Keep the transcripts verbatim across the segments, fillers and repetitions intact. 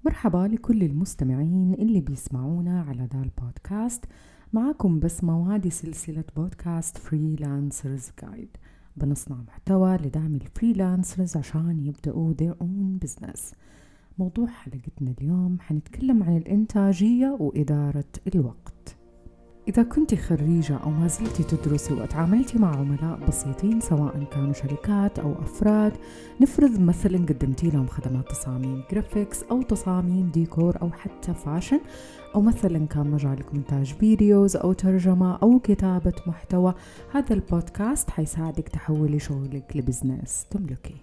مرحبا لكل المستمعين اللي بيسمعونا على ذا البودكاست. معاكم بسمة، وهذه سلسلة بودكاست فريلانسرز جايد. بنصنع محتوى لدعم الفريلانسرز عشان يبدأوا their own business. موضوع حلقتنا اليوم حنتكلم عن الإنتاجية وإدارة الوقت. إذا كنت خريجة أو ما زلتي تدرسي وتعاملتي مع عملاء بسيطين سواء كانوا شركات أو أفراد، نفرض مثلا قدمتي لهم خدمات تصاميم جرافيكس أو تصاميم ديكور أو حتى فاشن، أو مثلا كان مجالك مونتاج فيديوز أو ترجمة أو كتابة محتوى، هذا البودكاست حيساعدك تحولي شغلك لبزنس تملكي.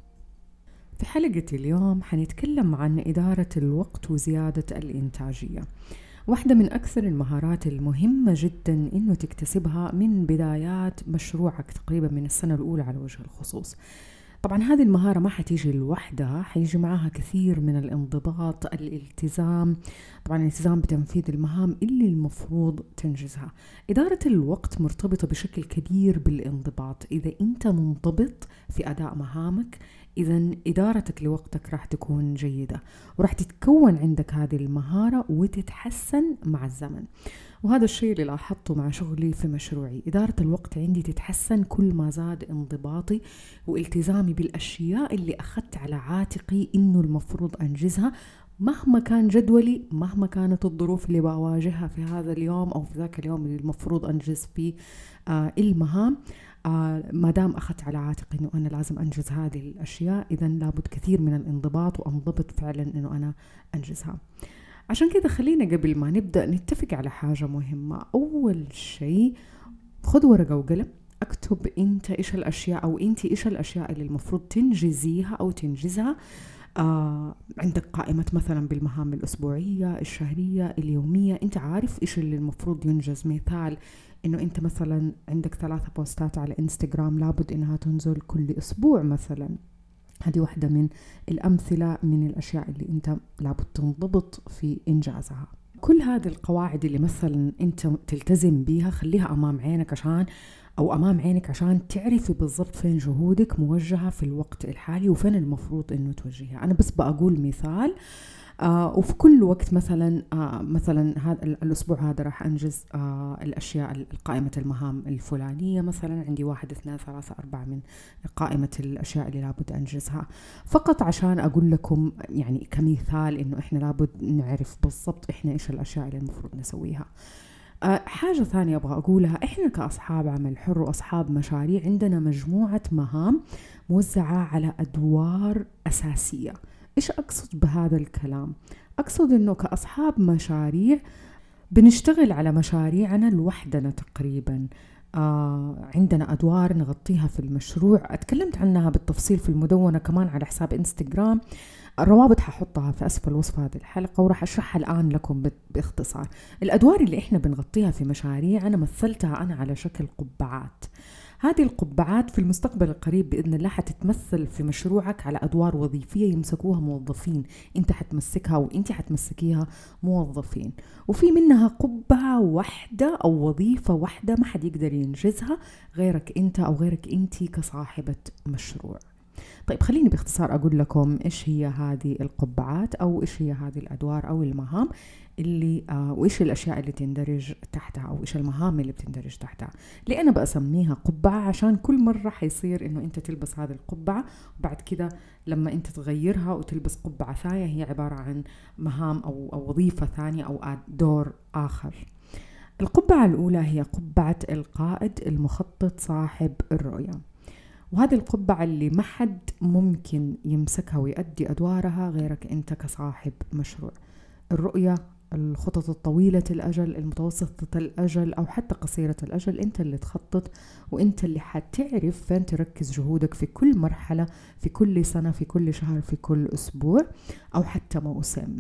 في حلقة اليوم حنتكلم عن إدارة الوقت وزيادة الإنتاجية. واحدة من أكثر المهارات المهمة جدا إنه تكتسبها من بدايات مشروعك تقريبا من السنة الأولى على وجه الخصوص. طبعا هذه المهارة ما حتيجي لوحدها، حيجي معها كثير من الانضباط، الالتزام، طبعا الالتزام بتنفيذ المهام اللي المفروض تنجزها. إدارة الوقت مرتبطة بشكل كبير بالانضباط. إذا أنت منضبط في أداء مهامك، إذا إدارتك لوقتك راح تكون جيدة وراح تتكون عندك هذه المهارة وتتحسن مع الزمن. وهذا الشيء اللي لاحظته مع شغلي في مشروعي. إدارة الوقت عندي تتحسن كل ما زاد انضباطي والتزامي بالأشياء اللي أخذت على عاتقي إنه المفروض أنجزها، مهما كان جدولي، مهما كانت الظروف اللي بواجهها في هذا اليوم أو في ذاك اليوم اللي المفروض أنجز فيه آه المهام. آه ما دام أخذت على عاتقي إنه أنا لازم أنجز هذه الأشياء، إذن لابد كثير من الانضباط وأنضبط فعلا إنه أنا أنجزها. عشان كده خلينا قبل ما نبدأ نتفق على حاجة مهمة. أول شيء خذ ورقة وقلم، اكتب أنت إيش الأشياء أو أنت إيش الأشياء اللي المفروض تنجزيها أو تنجزها. آه عندك قائمة مثلا بالمهام الأسبوعية، الشهرية، اليومية، أنت عارف إيش اللي المفروض ينجز. مثال إنه أنت مثلا عندك ثلاثة بوستات على إنستغرام لابد إنها تنزل كل أسبوع مثلا. هذه واحدة من الأمثلة من الأشياء اللي أنت لابد تنضبط في إنجازها. كل هذه القواعد اللي مثلا أنت تلتزم بيها خليها أمام عينك عشان أو أمام عينك عشان تعرفي بالضبط فين جهودك موجهة في الوقت الحالي وفين المفروض إنه توجهها. أنا بس بقول مثال. آه وفي كل وقت مثلا آه مثلا هذا الأسبوع هذا راح أنجز آه الأشياء القائمة المهام الفلانية، مثلا عندي واحد اثنين ثلاثة أربعة من قائمة الأشياء اللي لابد أنجزها، فقط عشان أقول لكم يعني كمثال إنه إحنا لابد نعرف بالضبط إحنا إيش الأشياء اللي المفروض نسويها. أه حاجة ثانية أبغى أقولها، إحنا كأصحاب عمل حر وأصحاب مشاريع عندنا مجموعة مهام موزعة على أدوار أساسية. إيش أقصد بهذا الكلام؟ أقصد إنه كأصحاب مشاريع بنشتغل على مشاريعنا لوحدنا تقريبا. آه عندنا أدوار نغطيها في المشروع، أتكلمت عنها بالتفصيل في المدونة كمان على حساب إنستغرام، الروابط ححطها في أسفل وصف هذه الحلقة وراح أشرحها الآن لكم باختصار. الأدوار اللي إحنا بنغطيها في مشاريع أنا مثلتها أنا على شكل قبعات. هذه القبعات في المستقبل القريب بإذن الله حتتمثل في مشروعك على أدوار وظيفية يمسكوها موظفين، أنت حتمسكها وأنت حتمسكيها موظفين، وفي منها قبعة واحدة أو وظيفة واحدة ما حد يقدر ينجزها غيرك أنت أو غيرك أنت كصاحبة مشروع. طيب خليني باختصار أقول لكم إيش هي هذه القبعات أو إيش هي هذه الأدوار أو المهام اللي آه وإيش الأشياء اللي تندرج تحتها أو إيش المهام اللي بتندرج تحتها. ليه أنا بسميها قبعة؟ عشان كل مرة حيصير إنه أنت تلبس هذه القبعة وبعد كده لما أنت تغيرها وتلبس قبعة ثانية هي عبارة عن مهام أو, أو وظيفة ثانية أو دور آخر. القبعة الأولى هي قبعة القائد المخطط صاحب الرؤية، وهذه القبعة اللي ما حد ممكن يمسكها ويؤدي أدوارها غيرك أنت كصاحب مشروع. الرؤية، الخطط الطويلة الأجل، المتوسطة الأجل أو حتى قصيرة الأجل، أنت اللي تخطط وأنت اللي حتعرف فين تركز جهودك في كل مرحلة، في كل سنة، في كل شهر، في كل أسبوع أو حتى موسم.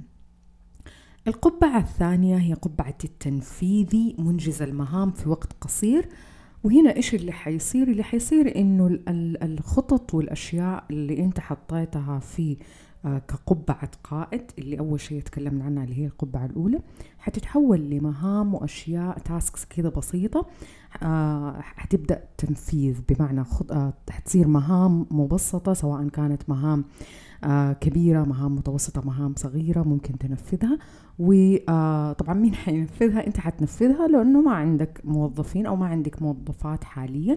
القبعة الثانية هي قبعة التنفيذي، منجز المهام في وقت قصير. وهنا إيش اللي حيصير؟ اللي حيصير إنه الخطط والأشياء اللي أنت حطيتها في آه كقبعة قائد اللي أول شيء تكلمنا عنها اللي هي القبعة الأولى حتتحول لمهام وأشياء تاسكس كده بسيطة. آه حتبدأ تنفيذ بمعنى خط... آه حتصير مهام مبسطة، سواء كانت مهام آه كبيرة، مهام متوسطة، مهام صغيرة ممكن تنفذها. وطبعا مين حينفذها؟ انت حتنفذها لأنه ما عندك موظفين أو ما عندك موظفات حاليا،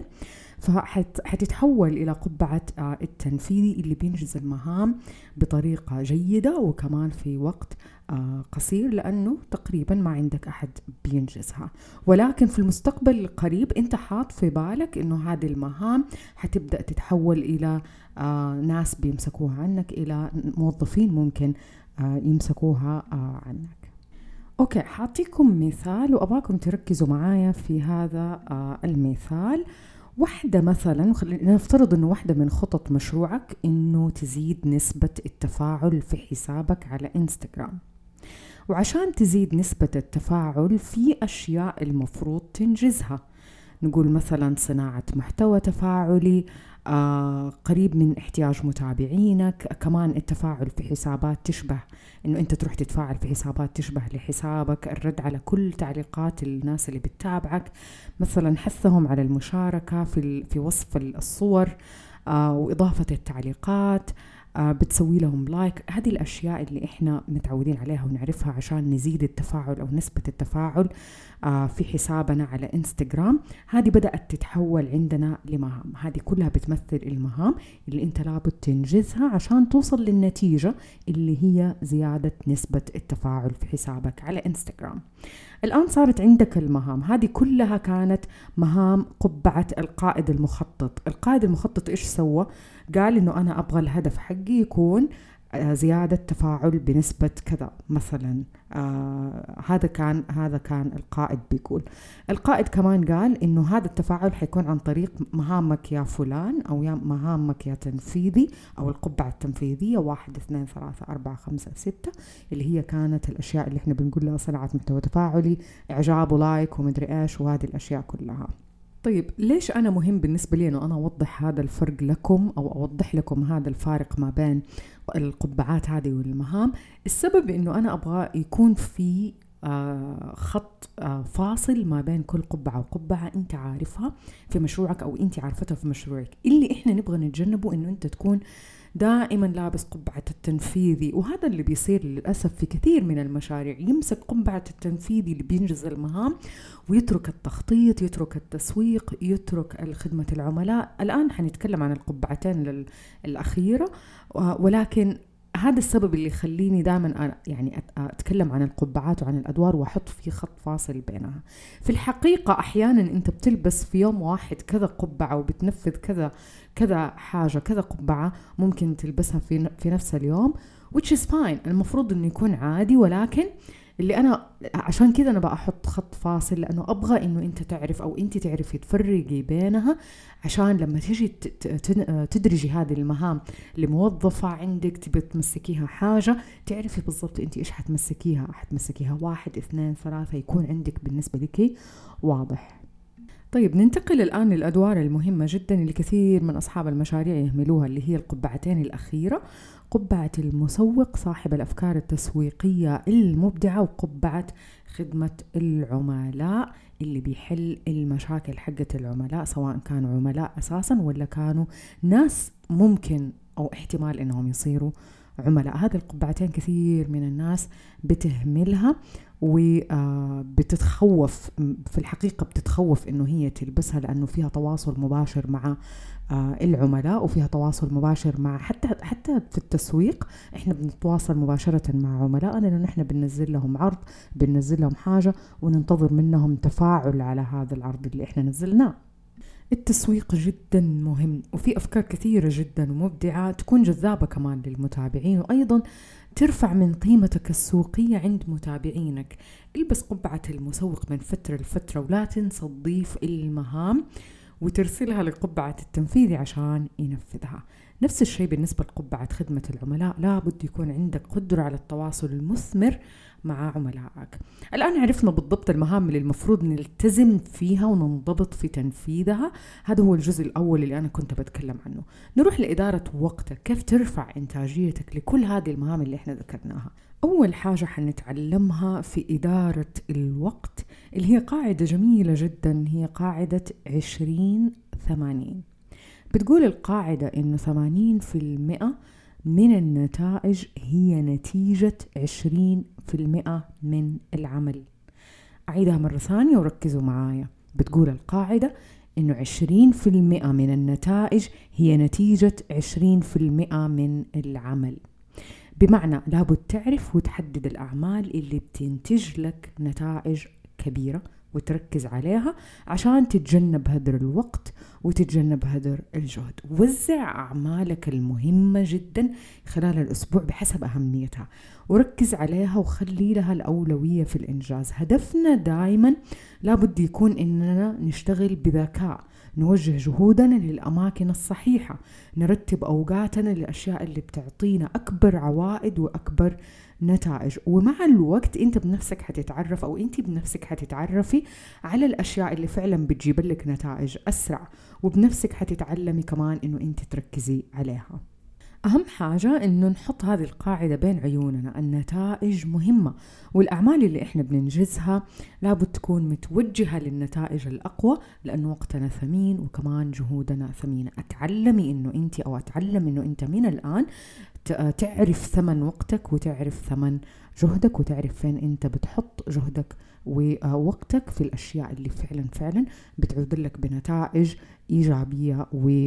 فحتتحول إلى قبعة آه التنفيذي اللي بينجز المهام بطريقة جيدة وكمان في وقت آه قصير، لأنه تقريبا ما عندك أحد بينجزها. ولكن في المستقبل القريب انت حاط في بالك انه هذه المهام حتبدأ تتحول إلى آه ناس بيمسكوها عنك، إلى موظفين ممكن آه يمسكوها آه عنك. أوكي، حاعطيكم مثال وأباكم تركزوا معايا في هذا آه المثال. واحدة مثلا، نفترض أنه واحدة من خطط مشروعك أنه تزيد نسبة التفاعل في حسابك على إنستغرام. وعشان تزيد نسبة التفاعل في أشياء المفروض تنجزها، نقول مثلا صناعة محتوى تفاعلي آه قريب من احتياج متابعينك، كمان التفاعل في حسابات تشبه انه انت تروح تتفاعل في حسابات تشبه لحسابك، الرد على كل تعليقات الناس اللي بتتابعك، مثلا حثهم على المشاركة في في وصف الصور آه وإضافة التعليقات، آه بتسوي لهم لايك. هذه الأشياء اللي إحنا متعودين عليها ونعرفها عشان نزيد التفاعل أو نسبة التفاعل آه في حسابنا على إنستغرام. هذه بدأت تتحول عندنا لمهام، هذه كلها بتمثل المهام اللي أنت لابد تنجزها عشان توصل للنتيجة اللي هي زيادة نسبة التفاعل في حسابك على إنستغرام. الآن صارت عندك المهام هذه كلها، كانت مهام قبعة القائد المخطط. القائد المخطط إيش سوى؟ قال إنه أنا أبغى الهدف حقي يكون زيادة تفاعل بنسبة كذا مثلا. آه هذا كان هذا كان القائد بيقول. القائد كمان قال إنه هذا التفاعل حيكون عن طريق مهامك يا فلان، أو يا مهامك يا تنفيذي، أو القبعة التنفيذية واحد اثنين ثلاثة أربعة خمسة ستة، اللي هي كانت الأشياء اللي إحنا بنقول لها صناعة محتوى تفاعلي، إعجاب ولايك ومدري إيش وهذه الأشياء كلها. طيب ليش أنا مهم بالنسبة لي أنه أنا أوضح هذا الفرق لكم، أو أوضح لكم هذا الفارق ما بين القبعات هذه والمهام؟ السبب أنه أنا أبغى يكون في آه خط آه فاصل ما بين كل قبعة وقبعة أنت عارفها في مشروعك أو أنت عارفتها في مشروعك. اللي إحنا نبغى نتجنبه أنه أنت تكون دائما لابس قبعة التنفيذي، وهذا اللي بيصير للأسف في كثير من المشاريع. يمسك قبعة التنفيذي اللي بينجز المهام ويترك التخطيط، يترك التسويق، يترك خدمة العملاء. الآن حنتكلم عن القبعتين الأخيرة، ولكن هذا السبب اللي يخليني دائما يعني أتكلم عن القبعات وعن الأدوار وأحط في خط فاصل بينها. في الحقيقة أحيانا أنت بتلبس في يوم واحد كذا قبعة وبتنفذ كذا كذا حاجة، كذا قبعة ممكن تلبسها في في نفس اليوم، which is fine، المفروض إنه يكون عادي. ولكن اللي أنا عشان كذا أنا بقى أحط خط فاصل، لأنه أبغى إنه أنت تعرف أو أنت تعرفي تفرقي بينها، عشان لما تيجي تدرجي هذه المهام لموظفة عندك تبي تمسكيها حاجة، تعرفي بالضبط أنت إيش حتمسكيها. حتمسكيها واحد اثنين ثلاثة، يكون عندك بالنسبة لك واضح. طيب ننتقل الآن للأدوار المهمة جدا اللي كثير من أصحاب المشاريع يهملوها، اللي هي القبعتين الأخيرة: قبعة المسوق صاحب الأفكار التسويقية المبدعة، وقبعة خدمة العملاء اللي بيحل المشاكل حقة العملاء، سواء كانوا عملاء أساسا ولا كانوا ناس ممكن أو احتمال إنهم يصيروا عملاء. هذه القبعتين كثير من الناس بتهملها وبتتخوف، في الحقيقة بتتخوف إنه هي تلبسها، لأنه فيها تواصل مباشر مع العملاء، وفيها تواصل مباشر مع حتى حتى في التسويق إحنا بنتواصل مباشرة مع عملائنا، لأنه إحنا بننزل لهم عرض، بننزل لهم حاجة وننتظر منهم تفاعل على هذا العرض اللي إحنا نزلناه. التسويق جدا مهم، وفي أفكار كثيرة جدا ومبدعة تكون جذابة كمان للمتابعين، وأيضا ترفع من قيمتك السوقية عند متابعينك. البس قبعة المسوق من فترة لفترة، ولا تنسى تضيف المهام وترسلها لقبعة التنفيذي عشان ينفذها. نفس الشيء بالنسبة لقبعة خدمة العملاء، لابد يكون عندك قدرة على التواصل المثمر مع عملائك. الآن عرفنا بالضبط المهام اللي المفروض نلتزم فيها وننضبط في تنفيذها. هذا هو الجزء الأول اللي أنا كنت بتكلم عنه. نروح لإدارة وقتك، كيف ترفع إنتاجيتك لكل هذه المهام اللي احنا ذكرناها. أول حاجة حنتعلمها في إدارة الوقت اللي هي قاعدة جميلة جدا، هي قاعدة عشرين ثمانين. بتقول القاعدة إنه ثمانين في المئة من النتائج هي نتيجة عشرين في المئة من العمل. أعيدها مرة ثانية وركزوا معايا. بتقول القاعدة إنه عشرين في المئة من النتائج هي نتيجة عشرين في المئة من العمل. بمعنى لابد تعرف وتحدد الأعمال اللي بتنتج لك نتائج كبيرة وتركز عليها عشان تتجنب هدر الوقت وتتجنب هدر الجهد. وزع أعمالك المهمة جدا خلال الأسبوع بحسب أهميتها وركز عليها وخلي لها الأولوية في الإنجاز. هدفنا دائما لابد يكون إننا نشتغل بذكاء، نوجه جهودنا للأماكن الصحيحة، نرتب أوقاتنا للأشياء اللي بتعطينا أكبر عوائد وأكبر نتائج. ومع الوقت أنت بنفسك حتتعرف أو أنت بنفسك حتتعرفي على الأشياء اللي فعلا بتجيب لك نتائج أسرع، وبنفسك حتتعلمي كمان إنه أنت تركزي عليها. أهم حاجة إنه نحط هذه القاعدة بين عيوننا، النتائج مهمة والأعمال اللي إحنا بننجزها لابد تكون متوجهة للنتائج الأقوى، لأنه وقتنا ثمين وكمان جهودنا ثمينة. أتعلمي إنه أنت أو أتعلم إنه أنت من الآن تعرف ثمن وقتك وتعرف ثمن جهدك وتعرف فين أنت بتحط جهدك ووقتك في الأشياء اللي فعلا فعلا بتعود لك بنتائج إيجابية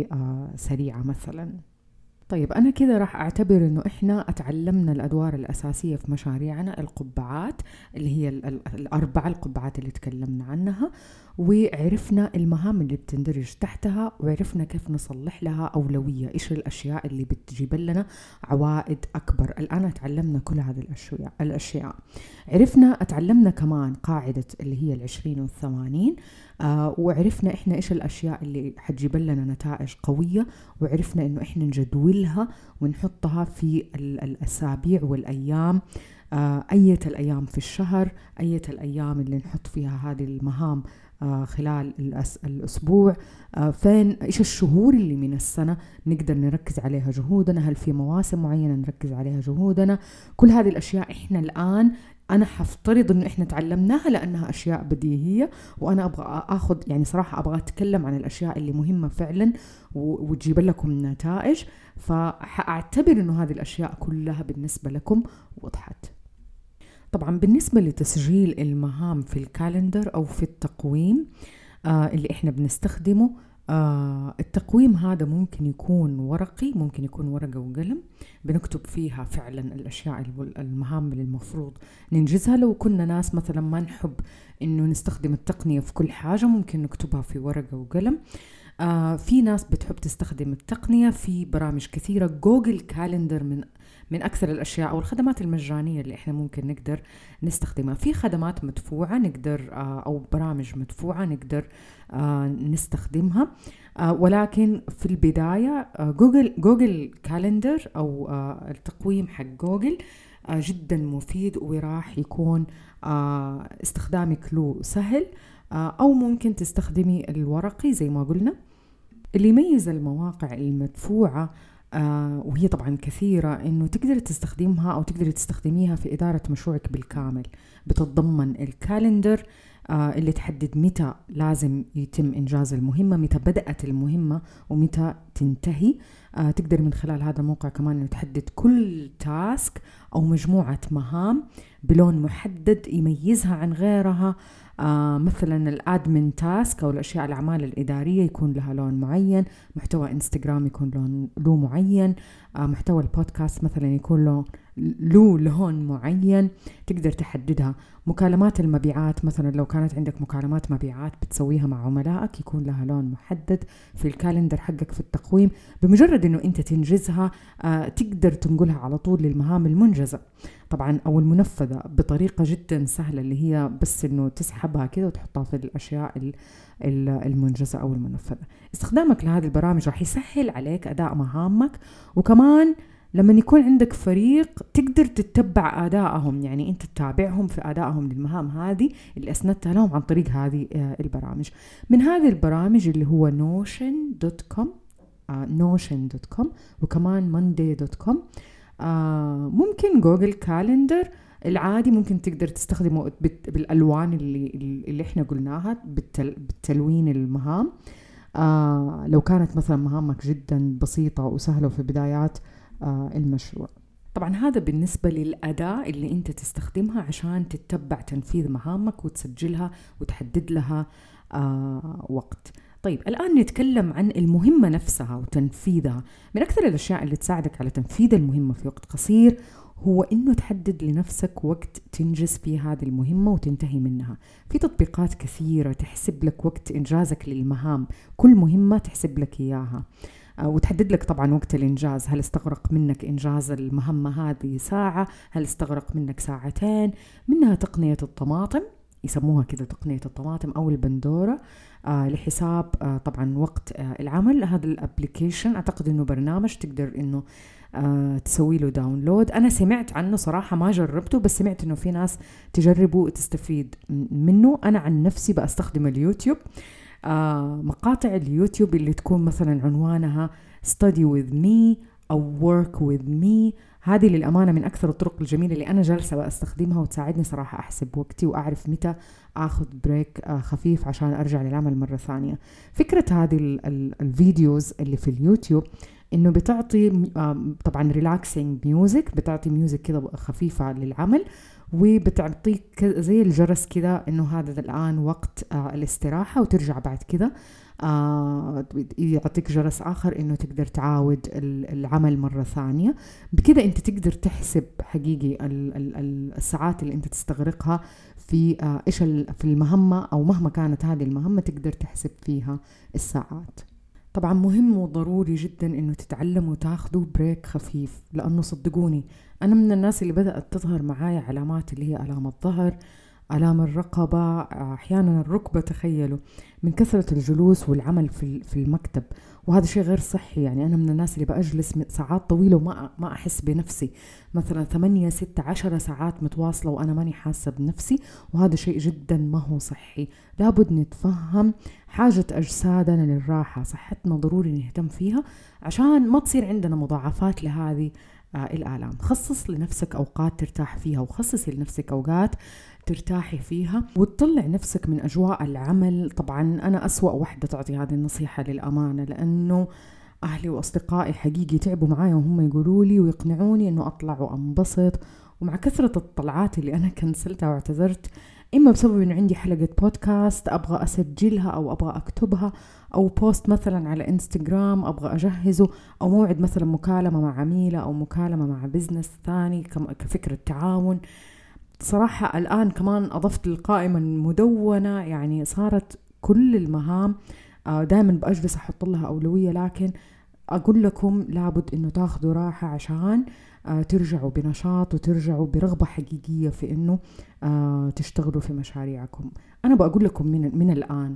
وسريعة مثلا. طيب أنا كده راح أعتبر إنه إحنا أتعلمنا الأدوار الأساسية في مشاريعنا، القبعات اللي هي الأربعة القبعات اللي تكلمنا عنها، وعرفنا المهام اللي بتندرج تحتها، وعرفنا كيف نصلح لها أولوية، إيش الأشياء اللي بتجيب لنا عوائد أكبر. الآن تعلمنا كل هذه الأشياء الأشياء عرفنا أتعلمنا كمان قاعدة اللي هي العشرين والثمانين، آه وعرفنا إحنا إيش الأشياء اللي حتجيب لنا نتائج قوية، وعرفنا إنه إحنا نجدولها ونحطها في الأسابيع والأيام، آه أية الأيام في الشهر، أية الأيام اللي نحط فيها هذه المهام آه خلال الأس الأسبوع، آه فين إيش الشهور اللي من السنة نقدر نركز عليها جهودنا، هل في مواسم معينة نركز عليها جهودنا. كل هذه الأشياء إحنا الآن أنا حفترض إنه إحنا تعلمناها لأنها أشياء بديهية، وأنا أبغى أخذ يعني صراحة أبغى أتكلم عن الأشياء اللي مهمة فعلا وتجيب لكم نتائج، فأعتبر إنه هذه الأشياء كلها بالنسبة لكم وضحت. طبعا بالنسبة لتسجيل المهام في الكالندر أو في التقويم آه اللي إحنا بنستخدمه، آه التقويم هذا ممكن يكون ورقي، ممكن يكون ورقة وقلم بنكتب فيها فعلا الأشياء المهام اللي المفروض ننجزها. لو كنا ناس مثلا ما نحب إنه نستخدم التقنية في كل حاجة ممكن نكتبها في ورقة وقلم. آه في ناس بتحب تستخدم التقنية في برامج كثيرة. جوجل كالندر من من أكثر الأشياء أو الخدمات المجانية اللي إحنا ممكن نقدر نستخدمها. في خدمات مدفوعة نقدر آه أو برامج مدفوعة نقدر آه نستخدمها، آه ولكن في البداية آه جوجل جوجل كالندر أو آه التقويم حق جوجل آه جدا مفيد، وراح يكون آه استخدامك له سهل، آه أو ممكن تستخدمي الورقي زي ما قلنا. اللي يميز المواقع المدفوعة آه وهي طبعا كثيرة إنه تقدر تستخدمها أو تقدر تستخدميها في إدارة مشروعك بالكامل. بتتضمن الكالندر آه اللي تحدد متى لازم يتم إنجاز المهمة، متى بدأت المهمة ومتى تنتهي. آه تقدر من خلال هذا الموقع كمان إنه تحدد كل تاسك أو مجموعة مهام بلون محدد يميزها عن غيرها. آه مثلا الادمن تاسك او الاشياء الاعمال الاداريه يكون لها لون معين، محتوى انستغرام يكون لون له معين، آه محتوى البودكاست مثلا يكون له له لون معين تقدر تحددها. مكالمات المبيعات مثلا لو كانت عندك مكالمات مبيعات بتسويها مع عملائك يكون لها لون محدد في الكالندر حقك في التقويم. بمجرد انه انت تنجزها آه تقدر تنقلها على طول للمهام المنجزة طبعا او المنفذة بطريقة جدا سهلة، اللي هي بس انه تسحبها كده وتحطها في الاشياء المنجزة او المنفذة. استخدامك لهذه البرامج راح يسهل عليك اداء مهامك، وكمان لما يكون عندك فريق تقدر تتبع أدائهم، يعني أنت تتابعهم في أدائهم للمهام هذه اللي أسندتها لهم عن طريق هذه البرامج. من هذه البرامج اللي هو نوشن دوت كوم نوشن دوت كوم وكمان ماندي دوت كوم. ممكن جوجل كالندر العادي ممكن تقدر تستخدمه بالألوان اللي, اللي احنا قلناها بالتل بالتلوين المهام. آه لو كانت مثلا مهامك جدا بسيطة وسهلة وفي بدايات آه المشروع. طبعا هذا بالنسبة للأداة اللي أنت تستخدمها عشان تتبع تنفيذ مهامك وتسجلها وتحدد لها آه وقت. طيب الآن نتكلم عن المهمة نفسها وتنفيذها. من أكثر الأشياء اللي تساعدك على تنفيذ المهمة في وقت قصير هو إنه تحدد لنفسك وقت تنجز فيه هذه المهمة وتنتهي منها. في تطبيقات كثيرة تحسب لك وقت إنجازك للمهام، كل مهمة تحسب لك إياها وتحدد لك طبعا وقت الإنجاز. هل استغرق منك إنجاز المهمة هذه ساعة؟ هل استغرق منك ساعتين؟ منها تقنية الطماطم، يسموها كذا تقنية الطماطم أو البندورة، آه لحساب آه طبعا وقت آه العمل. هذا الابليكيشن أعتقد إنه برنامج تقدر إنه آه تسوي له داونلود. أنا سمعت عنه صراحة، ما جربته، بس سمعت إنه في ناس تجربه وتستفيد منه. أنا عن نفسي بستخدم اليوتيوب، آه مقاطع اليوتيوب اللي تكون مثلا عنوانها study with me أو work with me. هذه للأمانة من أكثر الطرق الجميلة اللي أنا جالسة بستخدمها وتساعدني صراحة أحسب وقتي وأعرف متى أخذ بريك آه خفيف عشان أرجع للعمل مرة ثانية. فكرة هذه ال ال الفيديوز اللي في اليوتيوب إنه بتعطي آه طبعا ريلاكسينج ميوزك، بتعطي ميوزك كده خفيفة للعمل، وبتعطيك زي الجرس كده إنه هذا الآن وقت آه الاستراحة، وترجع بعد كده آه يعطيك جرس آخر إنه تقدر تعاود العمل مرة ثانية. بكده أنت تقدر تحسب حقيقي ال ال الساعات اللي أنت تستغرقها في آه إيش في المهمة، أو مهما كانت هذه المهمة تقدر تحسب فيها الساعات. طبعا مهم وضروري جدا إنه تتعلموا تاخدوا بريك خفيف، لأنه صدقوني أنا من الناس اللي بدأت تظهر معايا علامات اللي هي آلام الظهر، آلام الرقبة، أحيانا الركبة، تخيلوا، من كثرة الجلوس والعمل في في المكتب، وهذا شيء غير صحي. يعني أنا من الناس اللي بأجلس ساعات طويلة وما ما أحس بنفسي، مثلا ثمانية ستة عشر ساعات متواصلة وأنا ماني حاسة بنفسي، وهذا شيء جدا ما هو صحي. لابد نتفهم حاجة أجسادنا للراحة، صحتنا ضروري نهتم فيها عشان ما تصير عندنا مضاعفات لهذه آه الآلام. خصص لنفسك أوقات ترتاح فيها، وخصصي لنفسك أوقات ترتاحي فيها وتطلع نفسك من أجواء العمل. طبعا أنا أسوأ واحدة تعطي هذه النصيحة للأمانة، لأنه أهلي وأصدقائي حقيقي تعبوا معايا وهم يقولوا لي ويقنعوني أنه أطلع وأنبسط، ومع كثرة الطلعات اللي أنا كنسلتها واعتذرت، إما بسبب أنه عندي حلقة بودكاست أبغى أسجلها أو أبغى أكتبها، أو بوست مثلا على إنستغرام أبغى أجهزه، أو موعد مثلا مكالمة مع عميلة أو مكالمة مع بزنس ثاني كفكرة تعاون. صراحة الآن كمان أضفت القائمة المدونة، يعني صارت كل المهام دائما بأجلس أحط لها أولوية، لكن أقول لكم لابد إنه تاخدوا راحة عشان ترجعوا بنشاط وترجعوا برغبة حقيقية في إنه تشتغلوا في مشاريعكم. أنا بقول لكم من, من الآن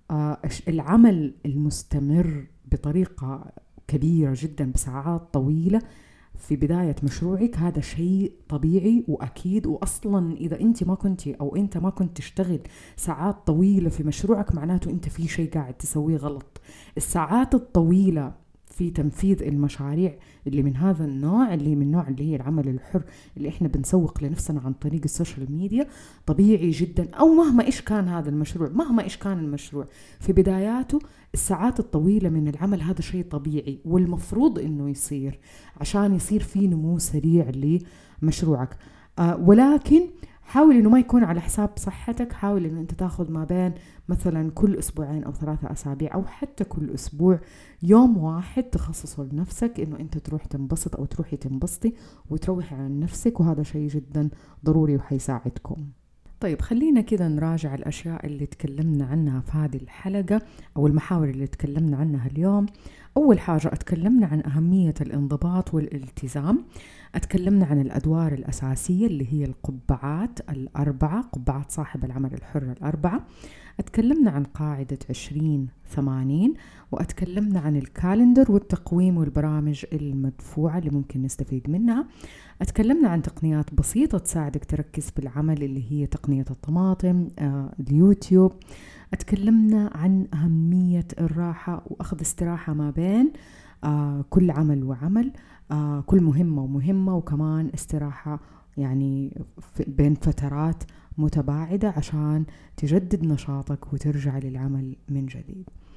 العمل المستمر بطريقة كبيرة جدا بساعات طويلة في بداية مشروعك هذا شيء طبيعي وأكيد. وأصلا إذا أنت ما كنتي أو أنت ما كنت تشتغل ساعات طويلة في مشروعك معناته أنت في شيء قاعد تسويه غلط. الساعات الطويلة في تنفيذ المشاريع اللي من هذا النوع، اللي من نوع اللي هي العمل الحر اللي إحنا بنسوق لنفسنا عن طريق السوشيال ميديا، طبيعي جدا. أو مهما إيش كان هذا المشروع، مهما إيش كان المشروع في بداياته، الساعات الطويلة من العمل هذا شيء طبيعي والمفروض إنه يصير عشان يصير فيه نمو سريع لمشروعك. آه ولكن حاول إنه ما يكون على حساب صحتك. حاول إنه أنت تاخذ ما بين مثلا كل أسبوعين أو ثلاثة أسابيع أو حتى كل أسبوع يوم واحد تخصصه لنفسك، إنه أنت تروح تنبسط أو تروحي تنبسطي وتروحي عن نفسك، وهذا شيء جدا ضروري وحيساعدكم. طيب خلينا كده نراجع الأشياء اللي تكلمنا عنها في هذه الحلقة أو المحاور اللي تكلمنا عنها اليوم. أول حاجة أتكلمنا عن أهمية الانضباط والالتزام، أتكلمنا عن الأدوار الأساسية اللي هي القبعات الأربعة، قبعات صاحب العمل الحر الأربعة، أتكلمنا عن قاعدة عشرين ثمانين، وأتكلمنا عن الكالندر والتقويم والبرامج المدفوعة اللي ممكن نستفيد منها، أتكلمنا عن تقنيات بسيطة تساعدك تركز في العمل اللي هي تقنية الطماطم، آه، اليوتيوب، أتكلمنا عن أهمية الراحة وأخذ استراحة ما بين آه كل عمل وعمل، آه كل مهمة ومهمة، وكمان استراحة يعني بين فترات متباعدة عشان تجدد نشاطك وترجع للعمل من جديد.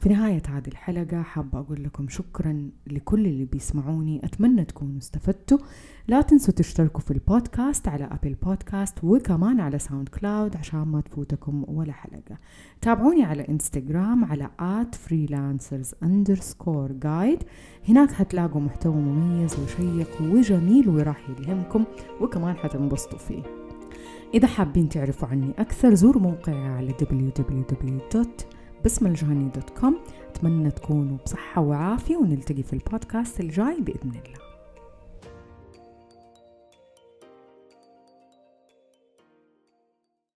في نهاية هذه الحلقة حابة أقول لكم شكرا لكل اللي بيسمعوني، أتمنى تكونوا استفدتوا. لا تنسوا تشتركوا في البودكاست على أبل بودكاست وكمان على ساوند كلاود عشان ما تفوتكم ولا حلقة. تابعوني على إنستغرام على آت فريلانسرز أندرسكور جايد، هناك هتلاقوا محتوى مميز وشيق وجميل وراح يلهمكم وكمان حتنبسطوا فيه. إذا حابين تعرفوا عني أكثر زوروا موقعي على دبليو دبليو دبليو دوت بسمة الجهني دوت كوم. أتمنى تكونوا بصحة وعافية ونلتقي في البودكاست الجاي بإذن الله.